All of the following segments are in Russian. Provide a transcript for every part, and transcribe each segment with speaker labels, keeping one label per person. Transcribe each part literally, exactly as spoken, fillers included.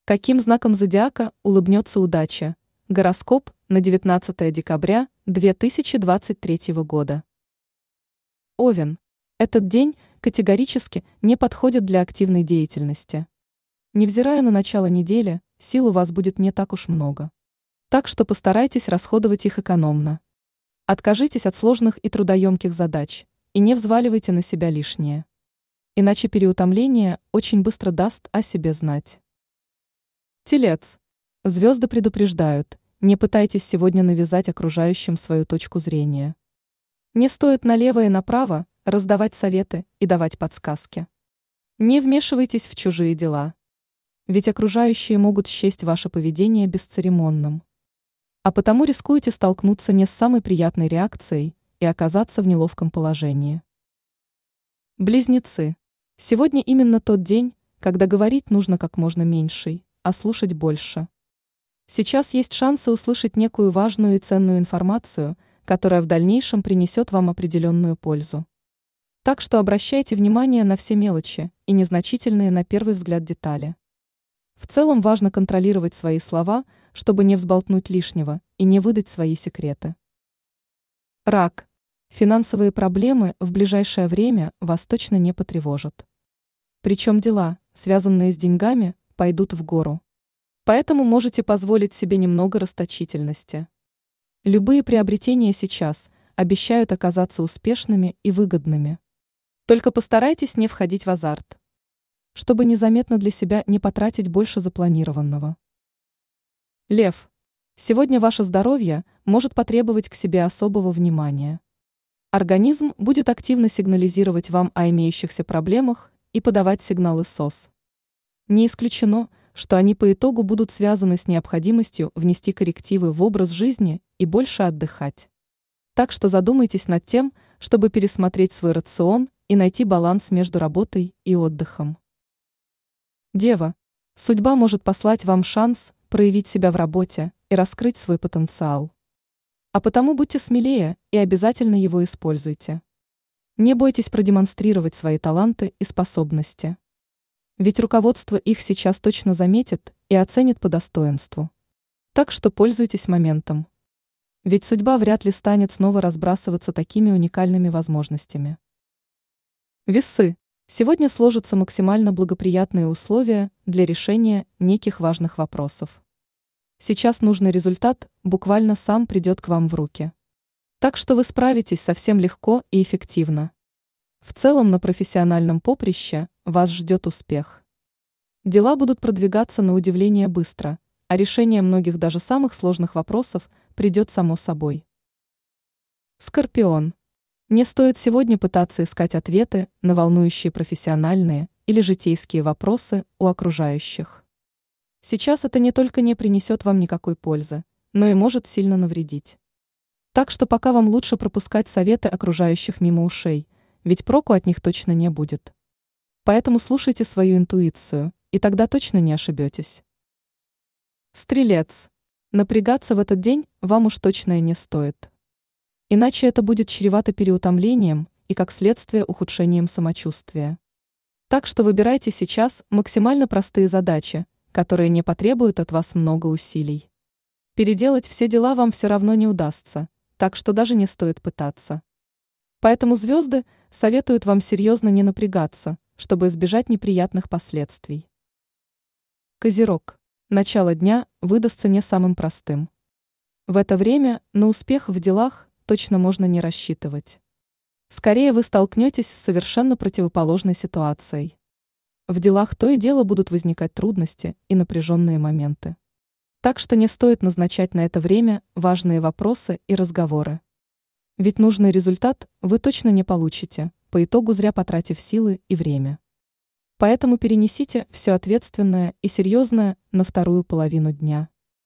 Speaker 1: Каким знаком зодиака улыбнется удача? Гороскоп на девятнадцатое декабря две тысячи двадцать третьего года. Овен. Этот день категорически не подходит для активной деятельности. Невзирая на начало недели, сил у вас будет не так уж много. Так что постарайтесь расходовать их экономно. Откажитесь от сложных и трудоемких задач и не взваливайте на себя лишнее. Иначе переутомление очень быстро даст о себе знать. Телец. Звезды предупреждают, не пытайтесь сегодня навязать окружающим свою точку зрения. Не стоит налево и направо раздавать советы и давать подсказки. Не вмешивайтесь в чужие дела. Ведь окружающие могут счесть ваше поведение бесцеремонным. А потому рискуете столкнуться не с самой приятной реакцией и оказаться в неловком положении. Близнецы. Сегодня именно тот день, когда говорить нужно как можно меньше, а слушать больше. Сейчас есть шансы услышать некую важную и ценную информацию, которая в дальнейшем принесет вам определенную пользу. Так что обращайте внимание на все мелочи и незначительные на первый взгляд детали. В целом важно контролировать свои слова, чтобы не взболтнуть лишнего и не выдать свои секреты. Рак. Финансовые проблемы в ближайшее время вас точно не потревожат. Причем дела, связанные с деньгами, пойдут в гору. Поэтому можете позволить себе немного расточительности. Любые приобретения сейчас обещают оказаться успешными и выгодными. Только постарайтесь не входить в азарт, чтобы незаметно для себя не потратить больше запланированного. Лев. Сегодня ваше здоровье может потребовать к себе особого внимания. Организм будет активно сигнализировать вам о имеющихся проблемах и подавать сигналы СОС. Не исключено, что они по итогу будут связаны с необходимостью внести коррективы в образ жизни и больше отдыхать. Так что задумайтесь над тем, чтобы пересмотреть свой рацион и найти баланс между работой и отдыхом. Дева. Судьба может послать вам шанс проявить себя в работе и раскрыть свой потенциал. А потому будьте смелее и обязательно его используйте. Не бойтесь продемонстрировать свои таланты и способности. Ведь руководство их сейчас точно заметит и оценит по достоинству. Так что пользуйтесь моментом. Ведь судьба вряд ли станет снова разбрасываться такими уникальными возможностями. Весы. Сегодня сложатся максимально благоприятные условия для решения неких важных вопросов. Сейчас нужный результат буквально сам придет к вам в руки. Так что вы справитесь совсем легко и эффективно. В целом на профессиональном поприще вас ждет успех. Дела будут продвигаться на удивление быстро, а решение многих даже самых сложных вопросов придет само собой. Скорпион. Не стоит сегодня пытаться искать ответы на волнующие профессиональные или житейские вопросы у окружающих. Сейчас это не только не принесет вам никакой пользы, но и может сильно навредить. Так что пока вам лучше пропускать советы окружающих мимо ушей, ведь проку от них точно не будет. Поэтому слушайте свою интуицию, и тогда точно не ошибетесь. Стрелец. Напрягаться в этот день вам уж точно и не стоит. Иначе это будет чревато переутомлением и, как следствие, ухудшением самочувствия. Так что выбирайте сейчас максимально простые задачи, которые не потребуют от вас много усилий. Переделать все дела вам все равно не удастся, так что даже не стоит пытаться. Поэтому звезды советуют вам серьезно не напрягаться, чтобы избежать неприятных последствий. Козерог. Начало дня выдастся не самым простым. В это время на успех в делах точно можно не рассчитывать. Скорее вы столкнетесь с совершенно противоположной ситуацией. В делах то и дело будут возникать трудности и напряженные моменты. Так что не стоит назначать на это время важные вопросы и разговоры. Ведь нужный результат вы точно не получите, по итогу зря потратив силы и время. Поэтому перенесите все ответственное и серьезное на вторую половину дня.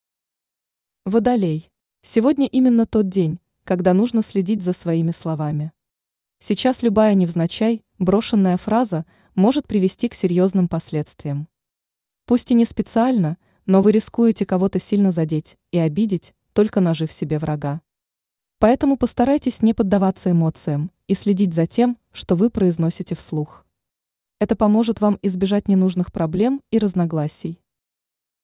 Speaker 1: Водолей. Сегодня именно тот день, когда нужно следить за своими словами. Сейчас любая невзначай брошенная фраза может привести к серьезным последствиям. Пусть и не специально, но вы рискуете кого-то сильно задеть и обидеть, только нажив себе врага. Поэтому постарайтесь не поддаваться эмоциям и следить за тем, что вы произносите вслух. Это поможет вам избежать ненужных проблем и разногласий.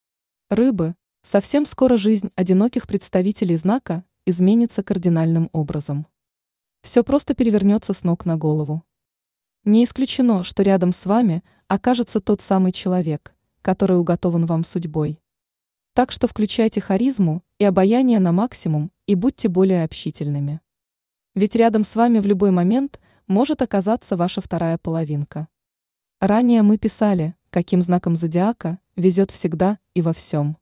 Speaker 1: Рыбы, совсем скоро жизнь одиноких представителей знака изменится кардинальным образом. Все просто перевернется с ног на голову. Не исключено, что рядом с вами окажется тот самый человек, который уготован вам судьбой. Так что включайте харизму и обаяние на максимум и будьте более общительными. Ведь рядом с вами в любой момент может оказаться ваша вторая половинка. Ранее мы писали, каким знаком зодиака везет всегда и во всем.